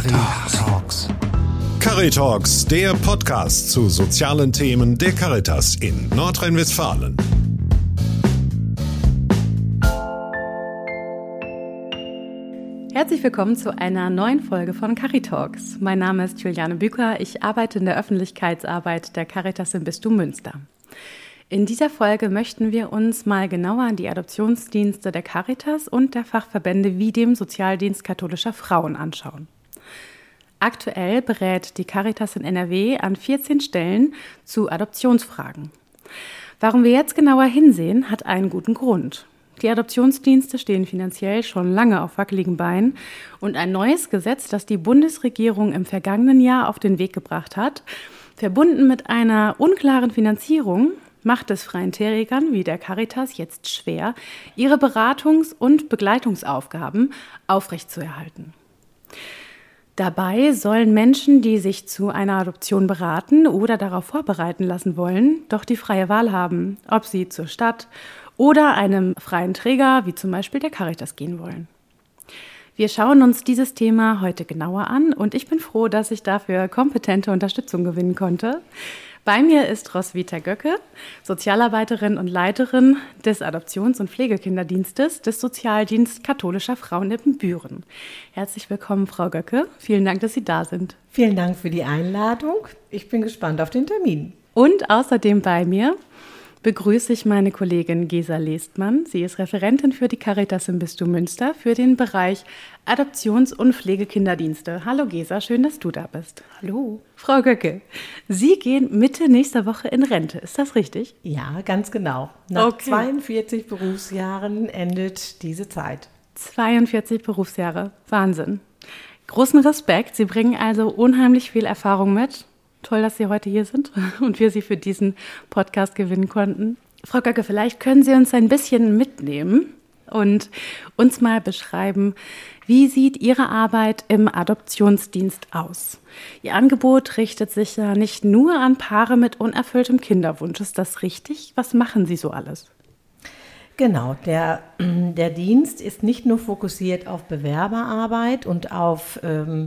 Caritalks. Caritalks, der Podcast zu sozialen Themen der Caritas in Nordrhein-Westfalen. Herzlich willkommen zu einer neuen Folge von Caritalks. Mein Name ist Juliane Büker, ich arbeite in der Öffentlichkeitsarbeit der Caritas im Bistum Münster. In dieser Folge möchten wir uns mal genauer an die Adoptionsdienste der Caritas und der Fachverbände wie dem Sozialdienst katholischer Frauen anschauen. Aktuell berät die Caritas in NRW an 14 Stellen zu Adoptionsfragen. Warum wir jetzt genauer hinsehen, hat einen guten Grund. Die Adoptionsdienste stehen finanziell schon lange auf wackeligen Beinen und ein neues Gesetz, das die Bundesregierung im vergangenen Jahr auf den Weg gebracht hat, verbunden mit einer unklaren Finanzierung, macht es freien Trägern wie der Caritas jetzt schwer, ihre Beratungs- und Begleitungsaufgaben aufrechtzuerhalten. Dabei sollen Menschen, die sich zu einer Adoption beraten oder darauf vorbereiten lassen wollen, doch die freie Wahl haben, ob sie zur Stadt oder einem freien Träger wie zum Beispiel der Caritas gehen wollen. Wir schauen uns dieses Thema heute genauer an und ich bin froh, dass ich dafür kompetente Unterstützung gewinnen konnte. Bei mir ist Roswitha Göcke, Sozialarbeiterin und Leiterin des Adoptions- und Pflegekinderdienstes des Sozialdienst katholischer Frauen in Büren. Herzlich willkommen, Frau Göcke. Vielen Dank, dass Sie da sind. Vielen Dank für die Einladung. Ich bin gespannt auf den Termin. Und außerdem bei mir begrüße ich meine Kollegin Gesa Lestmann. Sie ist Referentin für die Caritas im Bistum Münster für den Bereich Adoptions- und Pflegekinderdienste. Hallo Gesa, schön, dass du da bist. Hallo. Frau Göcke, Sie gehen Mitte nächster Woche in Rente, ist das richtig? Ja, ganz genau. Nach 42 Berufsjahren endet diese Zeit. 42 Berufsjahre, Wahnsinn. Großen Respekt, Sie bringen also unheimlich viel Erfahrung mit. Toll, dass Sie heute hier sind und wir Sie für diesen Podcast gewinnen konnten. Frau Göcke, vielleicht können Sie uns ein bisschen mitnehmen und uns mal beschreiben, wie sieht Ihre Arbeit im Adoptionsdienst aus? Ihr Angebot richtet sich ja nicht nur an Paare mit unerfülltem Kinderwunsch. Ist das richtig? Was machen Sie so alles? Genau, der Dienst ist nicht nur fokussiert auf Bewerberarbeit und auf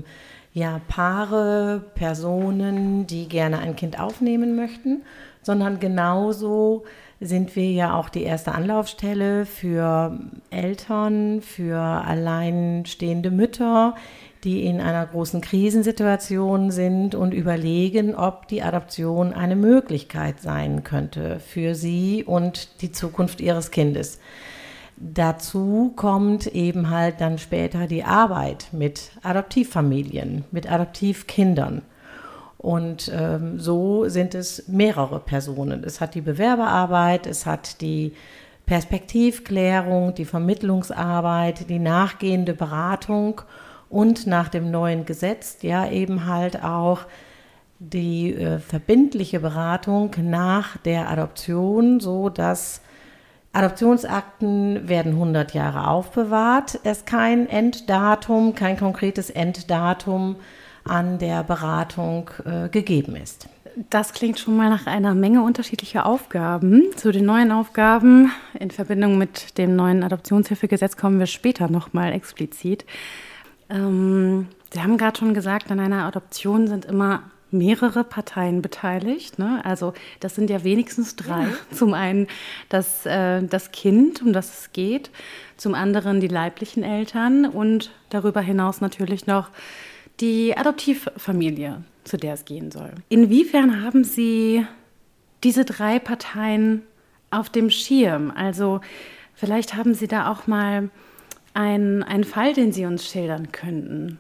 Paare, Personen, die gerne ein Kind aufnehmen möchten, sondern genauso sind wir ja auch die erste Anlaufstelle für Eltern, für alleinstehende Mütter, die in einer großen Krisensituation sind und überlegen, ob die Adoption eine Möglichkeit sein könnte für sie und die Zukunft ihres Kindes. Dazu kommt eben halt dann später die Arbeit mit Adoptivfamilien, mit Adoptivkindern. Und so sind es mehrere Personen. Es hat die Bewerberarbeit, es hat die Perspektivklärung, die Vermittlungsarbeit, die nachgehende Beratung und nach dem neuen Gesetz ja eben halt auch die verbindliche Beratung nach der Adoption, so dass Adoptionsakten werden 100 Jahre aufbewahrt, es kein Enddatum, kein konkretes Enddatum an der Beratung gegeben ist. Das klingt schon mal nach einer Menge unterschiedlicher Aufgaben. Zu den neuen Aufgaben in Verbindung mit dem neuen Adoptionshilfegesetz kommen wir später nochmal explizit. Sie haben gerade schon gesagt, an einer Adoption sind immer mehrere Parteien beteiligt, ne? Also das sind ja wenigstens 3. Ja. Zum einen das Kind, um das es geht, zum anderen die leiblichen Eltern und darüber hinaus natürlich noch die Adoptivfamilie, zu der es gehen soll. Inwiefern haben Sie diese 3 Parteien auf dem Schirm? Also vielleicht haben Sie da auch mal einen Fall, den Sie uns schildern könnten.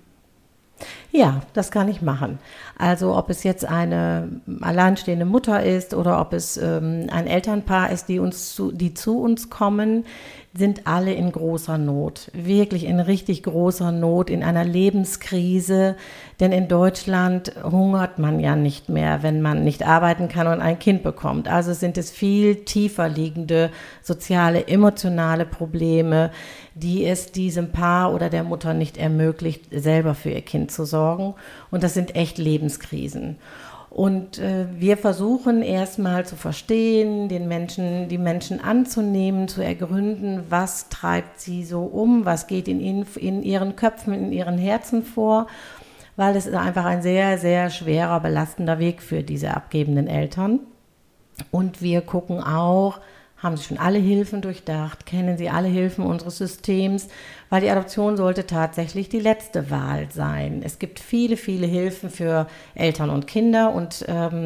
Ja, das kann ich machen. Also ob es jetzt eine alleinstehende Mutter ist oder ob es ein Elternpaar ist, die zu uns kommen, sind alle in großer Not, wirklich in richtig großer Not, in einer Lebenskrise. Denn in Deutschland hungert man ja nicht mehr, wenn man nicht arbeiten kann und ein Kind bekommt. Also sind es viel tiefer liegende soziale, emotionale Probleme, die es diesem Paar oder der Mutter nicht ermöglicht, selber für ihr Kind zu sorgen. Und das sind echt Lebenskrisen. Und wir versuchen erstmal zu verstehen, die Menschen anzunehmen, zu ergründen, was treibt sie so um, was geht in ihren Köpfen, in ihren Herzen vor, weil es ist einfach ein sehr, sehr schwerer, belastender Weg für diese abgebenden Eltern. Und wir gucken auch, haben Sie schon alle Hilfen durchdacht? Kennen Sie alle Hilfen unseres Systems? Weil die Adoption sollte tatsächlich die letzte Wahl sein. Es gibt viele, viele Hilfen für Eltern und Kinder und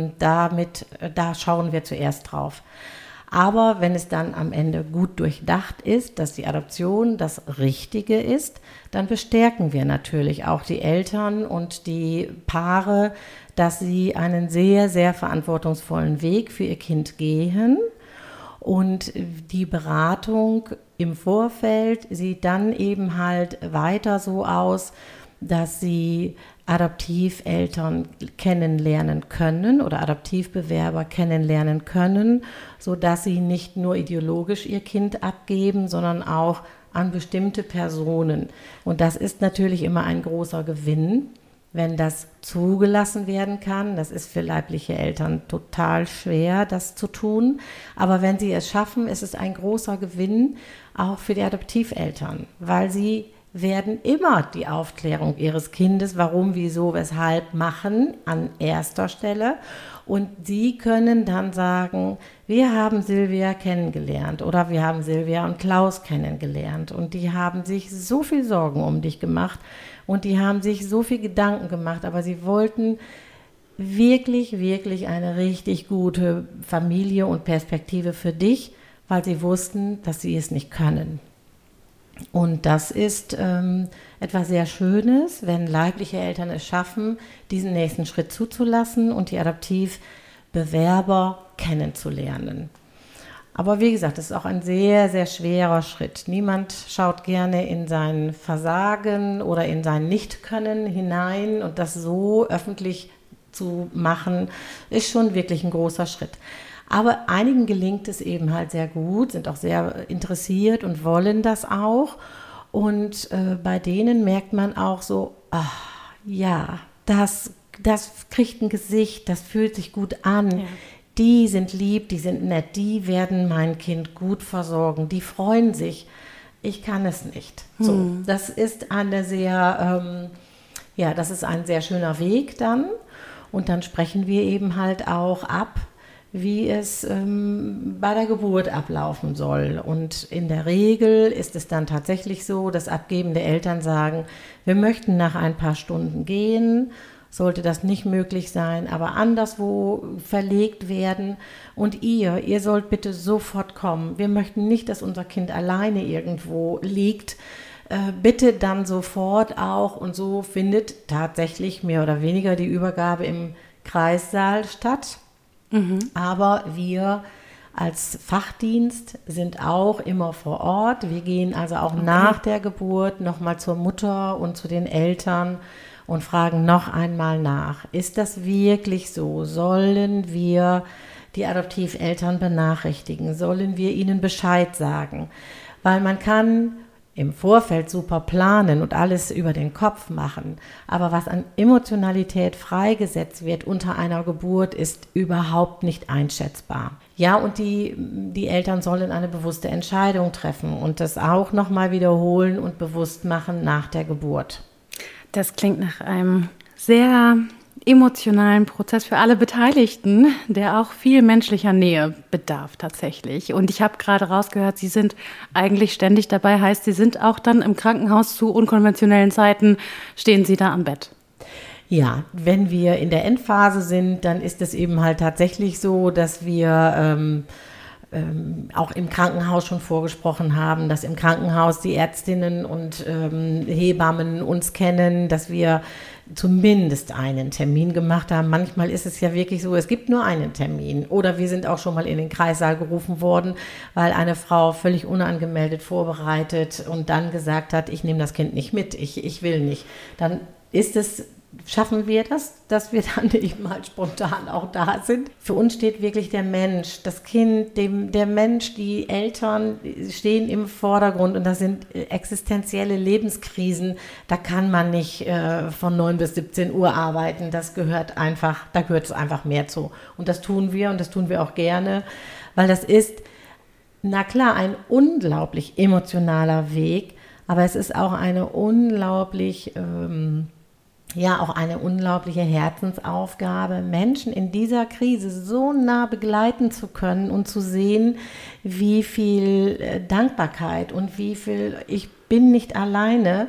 da schauen wir zuerst drauf. Aber wenn es dann am Ende gut durchdacht ist, dass die Adoption das Richtige ist, dann bestärken wir natürlich auch die Eltern und die Paare, dass sie einen sehr, sehr verantwortungsvollen Weg für ihr Kind gehen. Und die Beratung im Vorfeld sieht dann eben halt weiter so aus, dass sie Adoptiveltern kennenlernen können oder Adoptivbewerber kennenlernen können, sodass sie nicht nur ideologisch ihr Kind abgeben, sondern auch an bestimmte Personen. Und das ist natürlich immer ein großer Gewinn, wenn das zugelassen werden kann. Das ist für leibliche Eltern total schwer, das zu tun. Aber wenn sie es schaffen, ist es ein großer Gewinn auch für die Adoptiveltern, weil sie werden immer die Aufklärung ihres Kindes, warum, wieso, weshalb machen, an erster Stelle. Und sie können dann sagen, wir haben Silvia kennengelernt oder wir haben Silvia und Klaus kennengelernt und die haben sich so viel Sorgen um dich gemacht und die haben sich so viel Gedanken gemacht, aber sie wollten wirklich, wirklich eine richtig gute Familie und Perspektive für dich, weil sie wussten, dass sie es nicht können. Und das ist etwas sehr Schönes, wenn leibliche Eltern es schaffen, diesen nächsten Schritt zuzulassen und die Adoptivbewerber kennenzulernen. Aber wie gesagt, das ist auch ein sehr, sehr schwerer Schritt. Niemand schaut gerne in sein Versagen oder in sein Nichtkönnen hinein und das so öffentlich zu machen, ist schon wirklich ein großer Schritt. Aber einigen gelingt es eben halt sehr gut, sind auch sehr interessiert und wollen das auch. Und bei denen merkt man auch so, ja, das kriegt ein Gesicht, das fühlt sich gut an. Ja. Die sind lieb, die sind nett, die werden mein Kind gut versorgen, die freuen sich. Ich kann es nicht. So, das ist eine sehr, das ist ein sehr schöner Weg dann. Und dann sprechen wir eben halt auch ab, wie es bei der Geburt ablaufen soll. Und in der Regel ist es dann tatsächlich so, dass abgebende Eltern sagen, wir möchten nach ein paar Stunden gehen, sollte das nicht möglich sein, aber anderswo verlegt werden. Und ihr sollt bitte sofort kommen. Wir möchten nicht, dass unser Kind alleine irgendwo liegt. Bitte dann sofort auch. Und so findet tatsächlich mehr oder weniger die Übergabe im Kreissaal statt. Aber wir als Fachdienst sind auch immer vor Ort. Wir gehen also auch nach der Geburt nochmal zur Mutter und zu den Eltern und fragen noch einmal nach. Ist das wirklich so? Sollen wir die Adoptiveltern benachrichtigen? Sollen wir ihnen Bescheid sagen? Weil man kann im Vorfeld super planen und alles über den Kopf machen. Aber was an Emotionalität freigesetzt wird unter einer Geburt, ist überhaupt nicht einschätzbar. Ja, und die Eltern sollen eine bewusste Entscheidung treffen und das auch nochmal wiederholen und bewusst machen nach der Geburt. Das klingt nach einem sehr emotionalen Prozess für alle Beteiligten, der auch viel menschlicher Nähe bedarf tatsächlich. Und ich habe gerade rausgehört, Sie sind eigentlich ständig dabei, heißt, Sie sind auch dann im Krankenhaus zu unkonventionellen Zeiten, stehen Sie da am Bett? Ja, wenn wir in der Endphase sind, dann ist es eben halt tatsächlich so, dass wir auch im Krankenhaus schon vorgesprochen haben, dass im Krankenhaus die Ärztinnen und Hebammen uns kennen, dass wir zumindest einen Termin gemacht haben. Manchmal ist es ja wirklich so, es gibt nur einen Termin. Oder wir sind auch schon mal in den Kreissaal gerufen worden, weil eine Frau völlig unangemeldet vorbereitet und dann gesagt hat, ich nehme das Kind nicht mit, ich will nicht. Dann schaffen wir das, dass wir dann eben halt spontan auch da sind. Für uns steht wirklich der Mensch, das Kind, der Mensch, die Eltern stehen im Vordergrund und das sind existenzielle Lebenskrisen. Da kann man nicht von 9 bis 17 Uhr arbeiten. Da gehört es einfach mehr zu. Und das tun wir auch gerne, weil das ist, na klar, ein unglaublich emotionaler Weg, aber es ist auch eine unglaublich ja auch eine unglaubliche Herzensaufgabe, Menschen in dieser Krise so nah begleiten zu können und zu sehen, wie viel Dankbarkeit und wie viel ich bin nicht alleine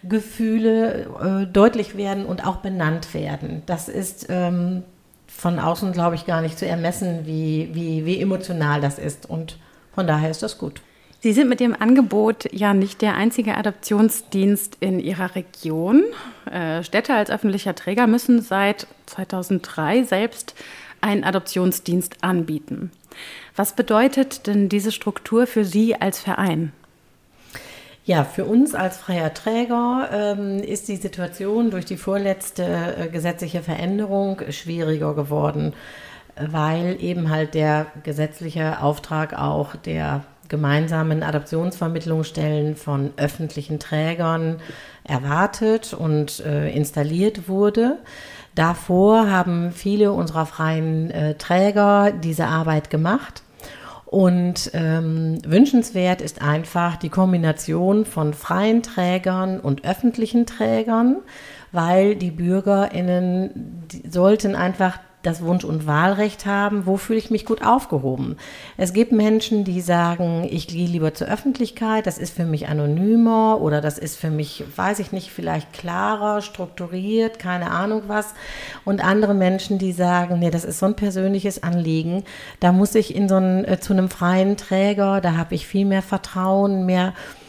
Gefühle deutlich werden und auch benannt werden. Das ist von außen, glaube ich, gar nicht zu ermessen, wie emotional das ist, und von daher ist das gut. Sie sind mit Ihrem Angebot ja nicht der einzige Adoptionsdienst in Ihrer Region. Städte als öffentlicher Träger müssen seit 2003 selbst einen Adoptionsdienst anbieten. Was bedeutet denn diese Struktur für Sie als Verein? Ja, für uns als freier Träger ist die Situation durch die vorletzte gesetzliche Veränderung schwieriger geworden, weil eben halt der gesetzliche Auftrag auch der gemeinsamen Adoptionsvermittlungsstellen von öffentlichen Trägern erwartet und installiert wurde. Davor haben viele unserer freien Träger diese Arbeit gemacht. Und wünschenswert ist einfach die Kombination von freien Trägern und öffentlichen Trägern, weil die BürgerInnen sollten einfach das Wunsch- und Wahlrecht haben, wo fühle ich mich gut aufgehoben. Es gibt Menschen, die sagen, ich gehe lieber zur Öffentlichkeit, das ist für mich anonymer oder das ist für mich, weiß ich nicht, vielleicht klarer, strukturiert, keine Ahnung was. Und andere Menschen, die sagen, nee, das ist so ein persönliches Anliegen, da muss ich zu einem freien Träger, da habe ich viel mehr Vertrauen, mehr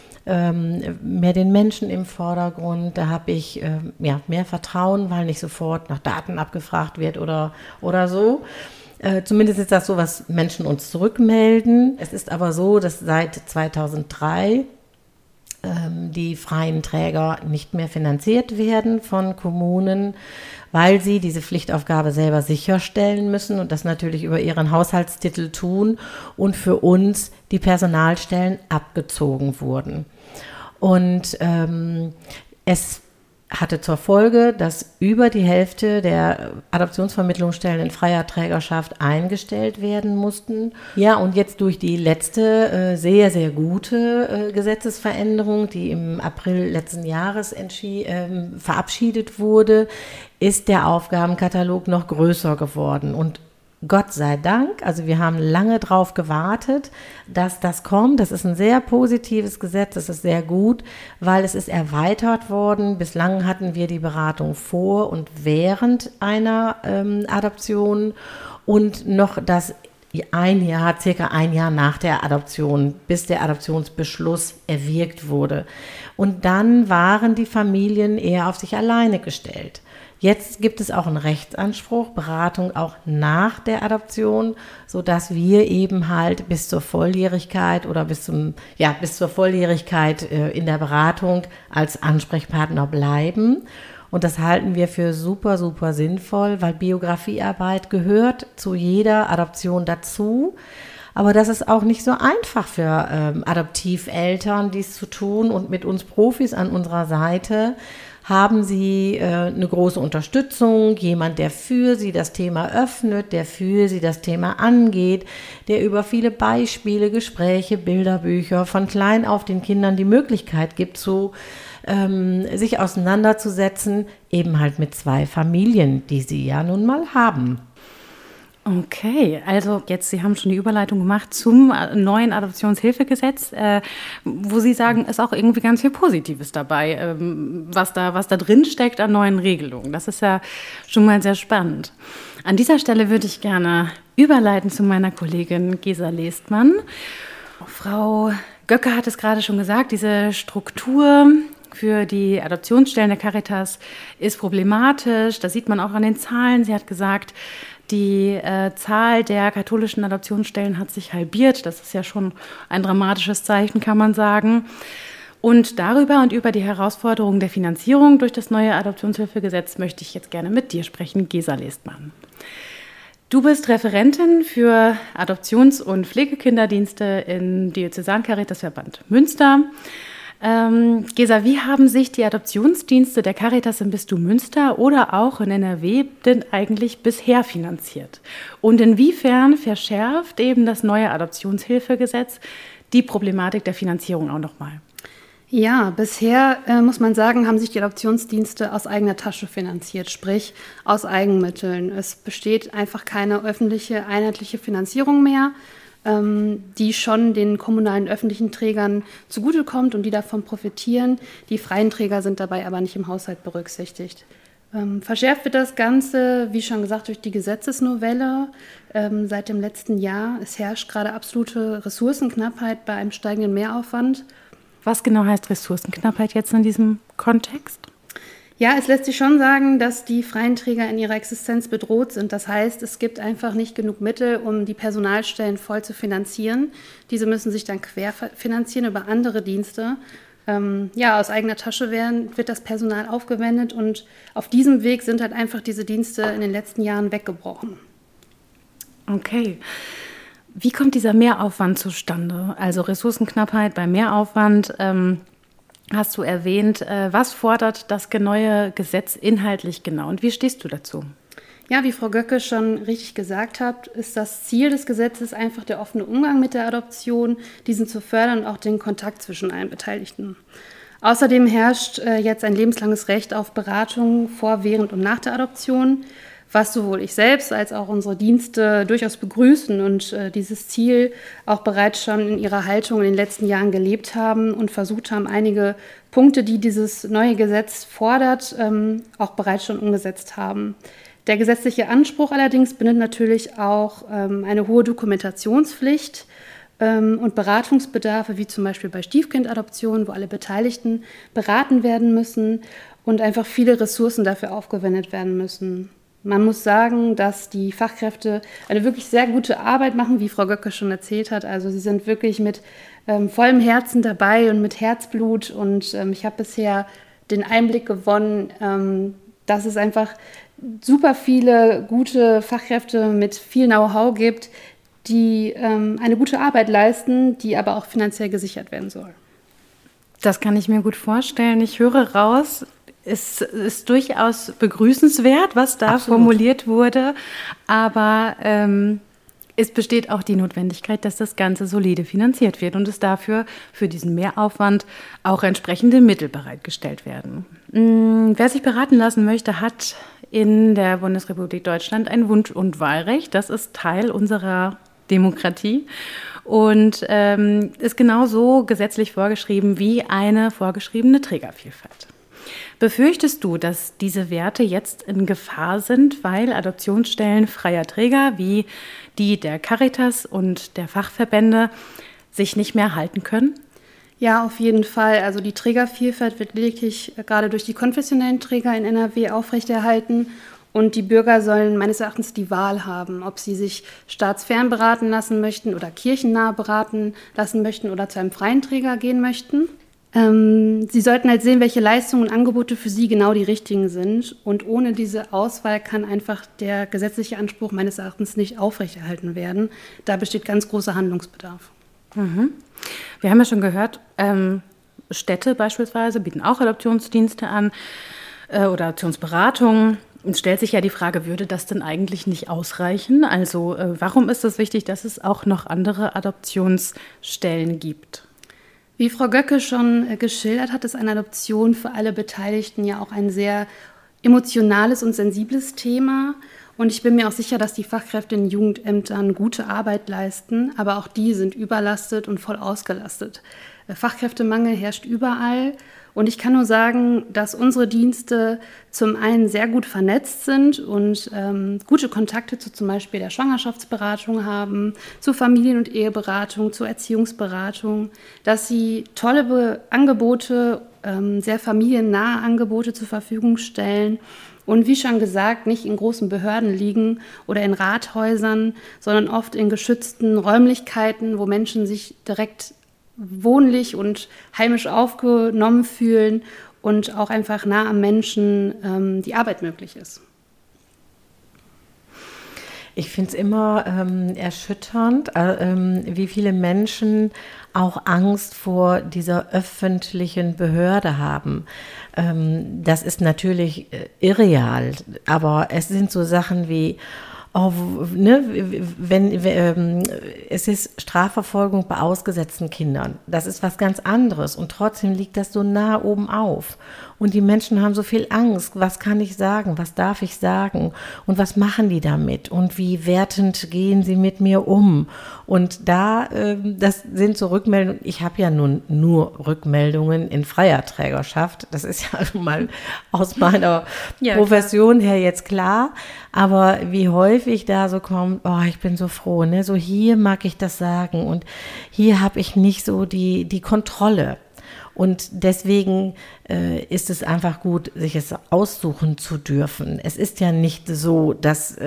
den Menschen im Vordergrund, da habe ich mehr Vertrauen, weil nicht sofort nach Daten abgefragt wird oder so. Zumindest ist das so, was Menschen uns zurückmelden. Es ist aber so, dass seit 2003 die freien Träger nicht mehr finanziert werden von Kommunen, weil sie diese Pflichtaufgabe selber sicherstellen müssen und das natürlich über ihren Haushaltstitel tun und für uns die Personalstellen abgezogen wurden. Und es hatte zur Folge, dass über die Hälfte der Adoptionsvermittlungsstellen in freier Trägerschaft eingestellt werden mussten. Ja, und jetzt durch die letzte sehr, sehr gute Gesetzesveränderung, die im April letzten Jahres verabschiedet wurde, ist der Aufgabenkatalog noch größer geworden. Und Gott sei Dank, also wir haben lange drauf gewartet, dass das kommt. Das ist ein sehr positives Gesetz, das ist sehr gut, weil es ist erweitert worden. Bislang hatten wir die Beratung vor und während einer Adoption und noch das circa ein Jahr nach der Adoption, bis der Adoptionsbeschluss erwirkt wurde. Und dann waren die Familien eher auf sich alleine gestellt. Jetzt gibt es auch einen Rechtsanspruch, Beratung auch nach der Adoption, sodass wir eben halt bis zur Volljährigkeit oder bis zur Volljährigkeit in der Beratung als Ansprechpartner bleiben. Und das halten wir für super, super sinnvoll, weil Biografiearbeit gehört zu jeder Adoption dazu. Aber das ist auch nicht so einfach für Adoptiveltern, dies zu tun. Und mit uns Profis an unserer Seite haben sie eine große Unterstützung, jemand, der für sie das Thema öffnet, der für sie das Thema angeht, der über viele Beispiele, Gespräche, Bilderbücher von klein auf den Kindern die Möglichkeit gibt, sich auseinanderzusetzen, eben halt mit zwei Familien, die sie ja nun mal haben. Okay, also jetzt, Sie haben schon die Überleitung gemacht zum neuen Adoptionshilfegesetz, wo Sie sagen, ist auch irgendwie ganz viel Positives dabei, was da drin steckt an neuen Regelungen. Das ist ja schon mal sehr spannend. An dieser Stelle würde ich gerne überleiten zu meiner Kollegin Gesa Lestmann. Frau Göcke hat es gerade schon gesagt, diese Struktur für die Adoptionsstellen der Caritas ist problematisch. Das sieht man auch an den Zahlen. Sie hat gesagt, die Zahl der katholischen Adoptionsstellen hat sich halbiert. Das ist ja schon ein dramatisches Zeichen, kann man sagen. Und darüber und über die Herausforderungen der Finanzierung durch das neue Adoptionshilfegesetz möchte ich jetzt gerne mit dir sprechen, Gesa Lestmann. Du bist Referentin für Adoptions- und Pflegekinderdienste im Diözesan-Caritasverband Münster. Gesa, wie haben sich die Adoptionsdienste der Caritas im Bistum Münster oder auch in NRW denn eigentlich bisher finanziert? Und inwiefern verschärft eben das neue Adoptionshilfegesetz die Problematik der Finanzierung auch nochmal? Ja, bisher muss man sagen, haben sich die Adoptionsdienste aus eigener Tasche finanziert, sprich aus Eigenmitteln. Es besteht einfach keine öffentliche, einheitliche Finanzierung mehr, die schon den kommunalen öffentlichen Trägern zugutekommt und die davon profitieren. Die freien Träger sind dabei aber nicht im Haushalt berücksichtigt. Verschärft wird das Ganze, wie schon gesagt, durch die Gesetzesnovelle seit dem letzten Jahr. Es herrscht gerade absolute Ressourcenknappheit bei einem steigenden Mehraufwand. Was genau heißt Ressourcenknappheit jetzt in diesem Kontext? Ja, es lässt sich schon sagen, dass die freien Träger in ihrer Existenz bedroht sind. Das heißt, es gibt einfach nicht genug Mittel, um die Personalstellen voll zu finanzieren. Diese müssen sich dann querfinanzieren über andere Dienste. Aus eigener Tasche wird das Personal aufgewendet und auf diesem Weg sind halt einfach diese Dienste in den letzten Jahren weggebrochen. Okay. Wie kommt dieser Mehraufwand zustande? Also Ressourcenknappheit bei Mehraufwand, hast du erwähnt. Was fordert das neue Gesetz inhaltlich genau und wie stehst du dazu? Ja, wie Frau Göcke schon richtig gesagt hat, ist das Ziel des Gesetzes einfach der offene Umgang mit der Adoption, diesen zu fördern und auch den Kontakt zwischen allen Beteiligten. Außerdem herrscht jetzt ein lebenslanges Recht auf Beratung vor, während und nach der Adoption, was sowohl ich selbst als auch unsere Dienste durchaus begrüßen und dieses Ziel auch bereits schon in ihrer Haltung in den letzten Jahren gelebt haben und versucht haben, einige Punkte, die dieses neue Gesetz fordert, auch bereits schon umgesetzt haben. Der gesetzliche Anspruch allerdings bindet natürlich auch eine hohe Dokumentationspflicht und Beratungsbedarfe, wie zum Beispiel bei Stiefkindadoptionen, wo alle Beteiligten beraten werden müssen und einfach viele Ressourcen dafür aufgewendet werden müssen. Man muss sagen, dass die Fachkräfte eine wirklich sehr gute Arbeit machen, wie Frau Göcke schon erzählt hat. Also sie sind wirklich mit vollem Herzen dabei und mit Herzblut. Und ich habe bisher den Einblick gewonnen, dass es einfach super viele gute Fachkräfte mit viel Know-how gibt, die eine gute Arbeit leisten, die aber auch finanziell gesichert werden soll. Das kann ich mir gut vorstellen. Ich höre raus, es ist durchaus begrüßenswert, was da formuliert wurde, aber es besteht auch die Notwendigkeit, dass das Ganze solide finanziert wird und es dafür für diesen Mehraufwand auch entsprechende Mittel bereitgestellt werden. Wer sich beraten lassen möchte, hat in der Bundesrepublik Deutschland ein Wunsch- und Wahlrecht. Das ist Teil unserer Demokratie und ist genauso gesetzlich vorgeschrieben wie eine vorgeschriebene Trägervielfalt. Befürchtest du, dass diese Werte jetzt in Gefahr sind, weil Adoptionsstellen freier Träger wie die der Caritas und der Fachverbände sich nicht mehr halten können? Ja, auf jeden Fall. Also die Trägervielfalt wird lediglich gerade durch die konfessionellen Träger in NRW aufrechterhalten. Und die Bürger sollen meines Erachtens die Wahl haben, ob sie sich staatsfern beraten lassen möchten oder kirchennah beraten lassen möchten oder zu einem freien Träger gehen möchten. Sie sollten halt sehen, welche Leistungen und Angebote für sie genau die richtigen sind. Und ohne diese Auswahl kann einfach der gesetzliche Anspruch meines Erachtens nicht aufrechterhalten werden. Da besteht ganz großer Handlungsbedarf. Mhm. Wir haben ja schon gehört, Städte beispielsweise bieten auch Adoptionsdienste an oder Adoptionsberatungen. Es stellt sich ja die Frage, würde das denn eigentlich nicht ausreichen? Also warum ist es wichtig, dass es auch noch andere Adoptionsstellen gibt? Wie Frau Göcke schon geschildert hat, ist eine Adoption für alle Beteiligten ja auch ein sehr emotionales und sensibles Thema. Und ich bin mir auch sicher, dass die Fachkräfte in Jugendämtern gute Arbeit leisten, aber auch die sind überlastet und voll ausgelastet. Fachkräftemangel herrscht überall. Und ich kann nur sagen, dass unsere Dienste zum einen sehr gut vernetzt sind und gute Kontakte zu zum Beispiel der Schwangerschaftsberatung haben, zu Familien- und Eheberatung, zur Erziehungsberatung, dass sie tolle Angebote, sehr familiennahe Angebote zur Verfügung stellen und wie schon gesagt, nicht in großen Behörden liegen oder in Rathäusern, sondern oft in geschützten Räumlichkeiten, wo Menschen sich direkt wohnlich und heimisch aufgenommen fühlen und auch einfach nah am Menschen die Arbeit möglich ist. Ich finde es immer erschütternd, wie viele Menschen auch Angst vor dieser öffentlichen Behörde haben. Das ist natürlich irreal, aber es sind so Sachen wie, es ist Strafverfolgung bei ausgesetzten Kindern. Das ist was ganz anderes und trotzdem liegt das so nah oben auf. Und die Menschen haben so viel Angst. Was kann ich sagen? Was darf ich sagen? Und was machen die damit? Und wie wertend gehen sie mit mir um? Und das sind so Rückmeldungen. Ich habe ja nun nur Rückmeldungen in freier Trägerschaft. Das ist ja mal aus meiner Profession her jetzt klar. Aber wie häufig da so kommt, ich bin so froh, ne? So hier mag ich das sagen und hier habe ich nicht so die Kontrolle. Und deswegen ist es einfach gut, sich es aussuchen zu dürfen. Es ist ja nicht so, dass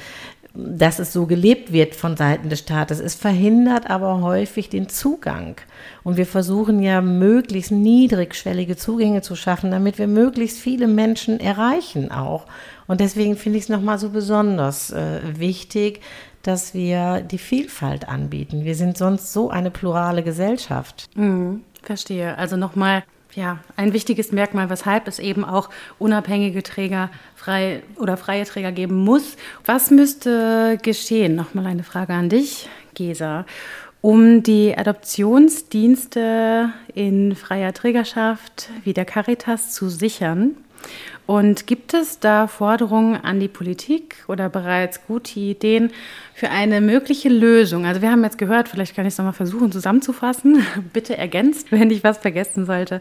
es so gelebt wird von Seiten des Staates. Es verhindert aber häufig den Zugang. Und wir versuchen ja möglichst niedrigschwellige Zugänge zu schaffen, damit wir möglichst viele Menschen erreichen auch. Und deswegen finde ich es nochmal so besonders wichtig, dass wir die Vielfalt anbieten. Wir sind sonst so eine plurale Gesellschaft. Verstehe. Also nochmal, ein wichtiges Merkmal, weshalb es eben auch unabhängige Träger freie Träger geben muss. Was müsste geschehen? Nochmal eine Frage an dich, Gesa, um die Adoptionsdienste in freier Trägerschaft wie der Caritas zu sichern? Und gibt es da Forderungen an die Politik oder bereits gute Ideen für eine mögliche Lösung? Also wir haben jetzt gehört, vielleicht kann ich es nochmal versuchen zusammenzufassen. Bitte ergänzt, wenn ich was vergessen sollte.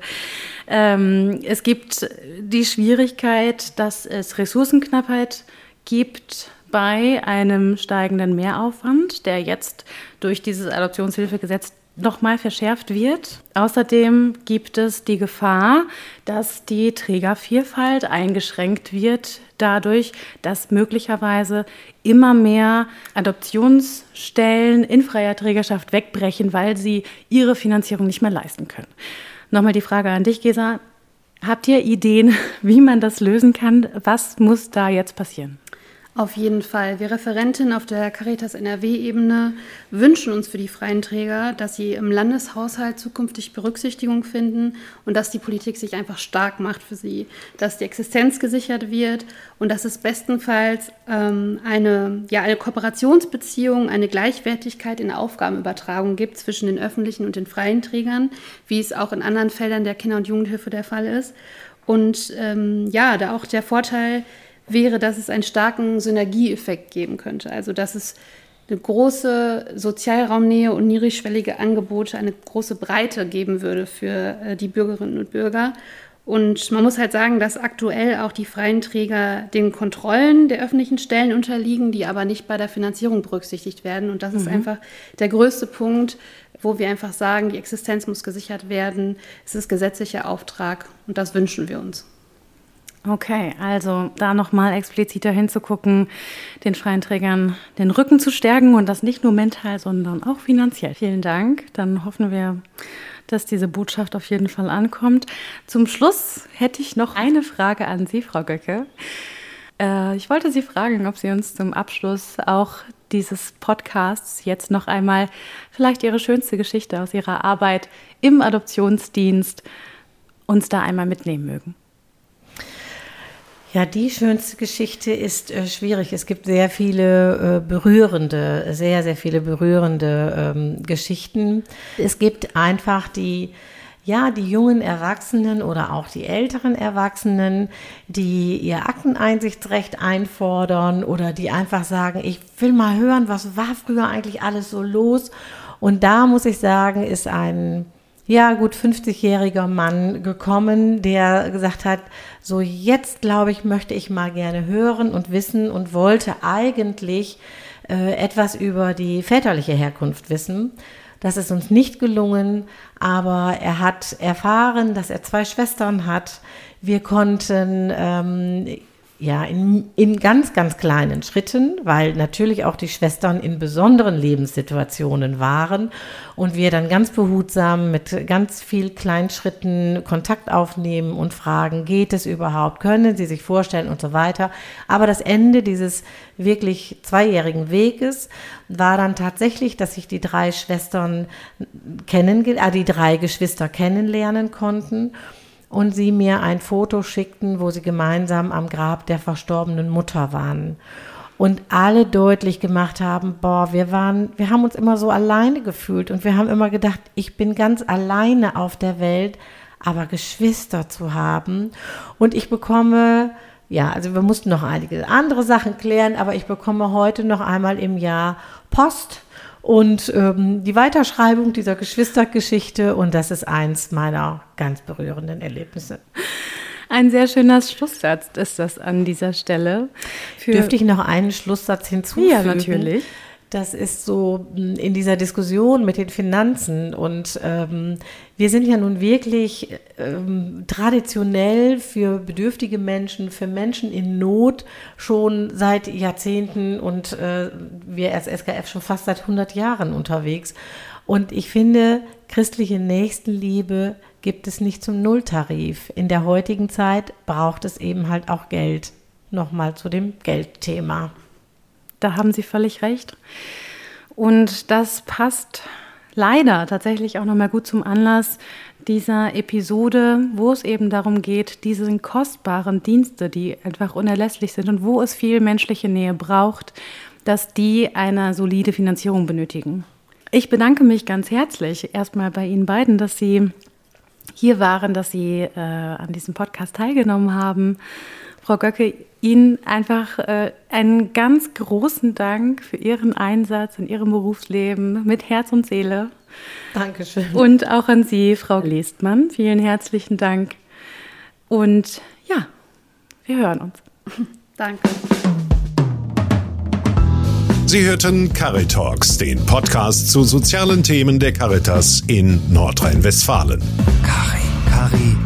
Es gibt die Schwierigkeit, dass es Ressourcenknappheit gibt bei einem steigenden Mehraufwand, der jetzt durch dieses Adoptionshilfegesetz nochmal verschärft wird. Außerdem gibt es die Gefahr, dass die Trägervielfalt eingeschränkt wird, dadurch, dass möglicherweise immer mehr Adoptionsstellen in freier Trägerschaft wegbrechen, weil sie ihre Finanzierung nicht mehr leisten können. Nochmal die Frage an dich, Gesa. Habt ihr Ideen, wie man das lösen kann? Was muss da jetzt passieren? Auf jeden Fall. Wir Referentinnen auf der Caritas NRW-Ebene wünschen uns für die freien Träger, dass sie im Landeshaushalt zukünftig Berücksichtigung finden und dass die Politik sich einfach stark macht für sie, dass die Existenz gesichert wird und dass es bestenfalls eine Kooperationsbeziehung, eine Gleichwertigkeit in der Aufgabenübertragung gibt zwischen den öffentlichen und den freien Trägern, wie es auch in anderen Feldern der Kinder- und Jugendhilfe der Fall ist. Und da auch der Vorteil wäre, dass es einen starken Synergieeffekt geben könnte. Also dass es eine große Sozialraumnähe und niedrigschwellige Angebote, eine große Breite geben würde für die Bürgerinnen und Bürger. Und man muss halt sagen, dass aktuell auch die freien Träger den Kontrollen der öffentlichen Stellen unterliegen, die aber nicht bei der Finanzierung berücksichtigt werden. Und das ist einfach der größte Punkt, wo wir einfach sagen, die Existenz muss gesichert werden. Es ist gesetzlicher Auftrag und das wünschen wir uns. Okay, also da nochmal expliziter hinzugucken, den freien Trägern den Rücken zu stärken und das nicht nur mental, sondern auch finanziell. Vielen Dank. Dann hoffen wir, dass diese Botschaft auf jeden Fall ankommt. Zum Schluss hätte ich noch eine Frage an Sie, Frau Göcke. Ich wollte Sie fragen, ob Sie uns zum Abschluss auch dieses Podcasts jetzt noch einmal vielleicht Ihre schönste Geschichte aus Ihrer Arbeit im Adoptionsdienst uns da einmal mitnehmen mögen. Ja, die schönste Geschichte ist schwierig. Es gibt sehr viele sehr viele berührende Geschichten. Es gibt einfach die jungen Erwachsenen oder auch die älteren Erwachsenen, die ihr Akteneinsichtsrecht einfordern oder die einfach sagen, ich will mal hören, was war früher eigentlich alles so los. Und da muss ich sagen, ist ein gut 50-jähriger Mann gekommen, der gesagt hat, so jetzt glaube ich, möchte ich mal gerne hören und wissen und wollte eigentlich etwas über die väterliche Herkunft wissen. Das ist uns nicht gelungen, aber er hat erfahren, dass er 2 Schwestern hat. Wir konnten in ganz, ganz kleinen Schritten, weil natürlich auch die Schwestern in besonderen Lebenssituationen waren und wir dann ganz behutsam mit ganz viel kleinen Schritten Kontakt aufnehmen und fragen, geht es überhaupt, können Sie sich vorstellen und so weiter. Aber das Ende dieses wirklich 2-jährigen Weges war dann tatsächlich, dass sich die 3 Geschwister kennenlernen konnten. Und sie mir ein Foto schickten, wo sie gemeinsam am Grab der verstorbenen Mutter waren. und alle deutlich gemacht haben, wir haben uns immer so alleine gefühlt und wir haben immer gedacht, ich bin ganz alleine auf der Welt, aber Geschwister zu haben. Und ich bekomme, also wir mussten noch einige andere Sachen klären, aber ich bekomme heute noch einmal im Jahr Post und die Weiterschreibung dieser Geschwistergeschichte, und das ist eins meiner ganz berührenden Erlebnisse. Ein sehr schöner Schlusssatz ist das an dieser Stelle. Dürfte ich noch einen Schlusssatz hinzufügen? Ja, natürlich. Das ist so in dieser Diskussion mit den Finanzen, und wir sind ja nun wirklich traditionell für bedürftige Menschen, für Menschen in Not schon seit Jahrzehnten und wir als SKF schon fast seit 100 Jahren unterwegs. Und ich finde, christliche Nächstenliebe gibt es nicht zum Nulltarif. In der heutigen Zeit braucht es eben halt auch Geld. Nochmal zu dem Geldthema. Da haben Sie völlig recht. Und das passt leider tatsächlich auch nochmal gut zum Anlass dieser Episode, wo es eben darum geht, diese kostbaren Dienste, die einfach unerlässlich sind und wo es viel menschliche Nähe braucht, dass die eine solide Finanzierung benötigen. Ich bedanke mich ganz herzlich erstmal bei Ihnen beiden, dass Sie hier waren, dass Sie an diesem Podcast teilgenommen haben. Frau Göcke, Ihnen einfach einen ganz großen Dank für Ihren Einsatz in Ihrem Berufsleben mit Herz und Seele. Dankeschön. Und auch an Sie, Frau Lestmann. Vielen herzlichen Dank. Und ja, wir hören uns. Danke. Sie hörten Caritalks, den Podcast zu sozialen Themen der Caritas in Nordrhein-Westfalen. Cari.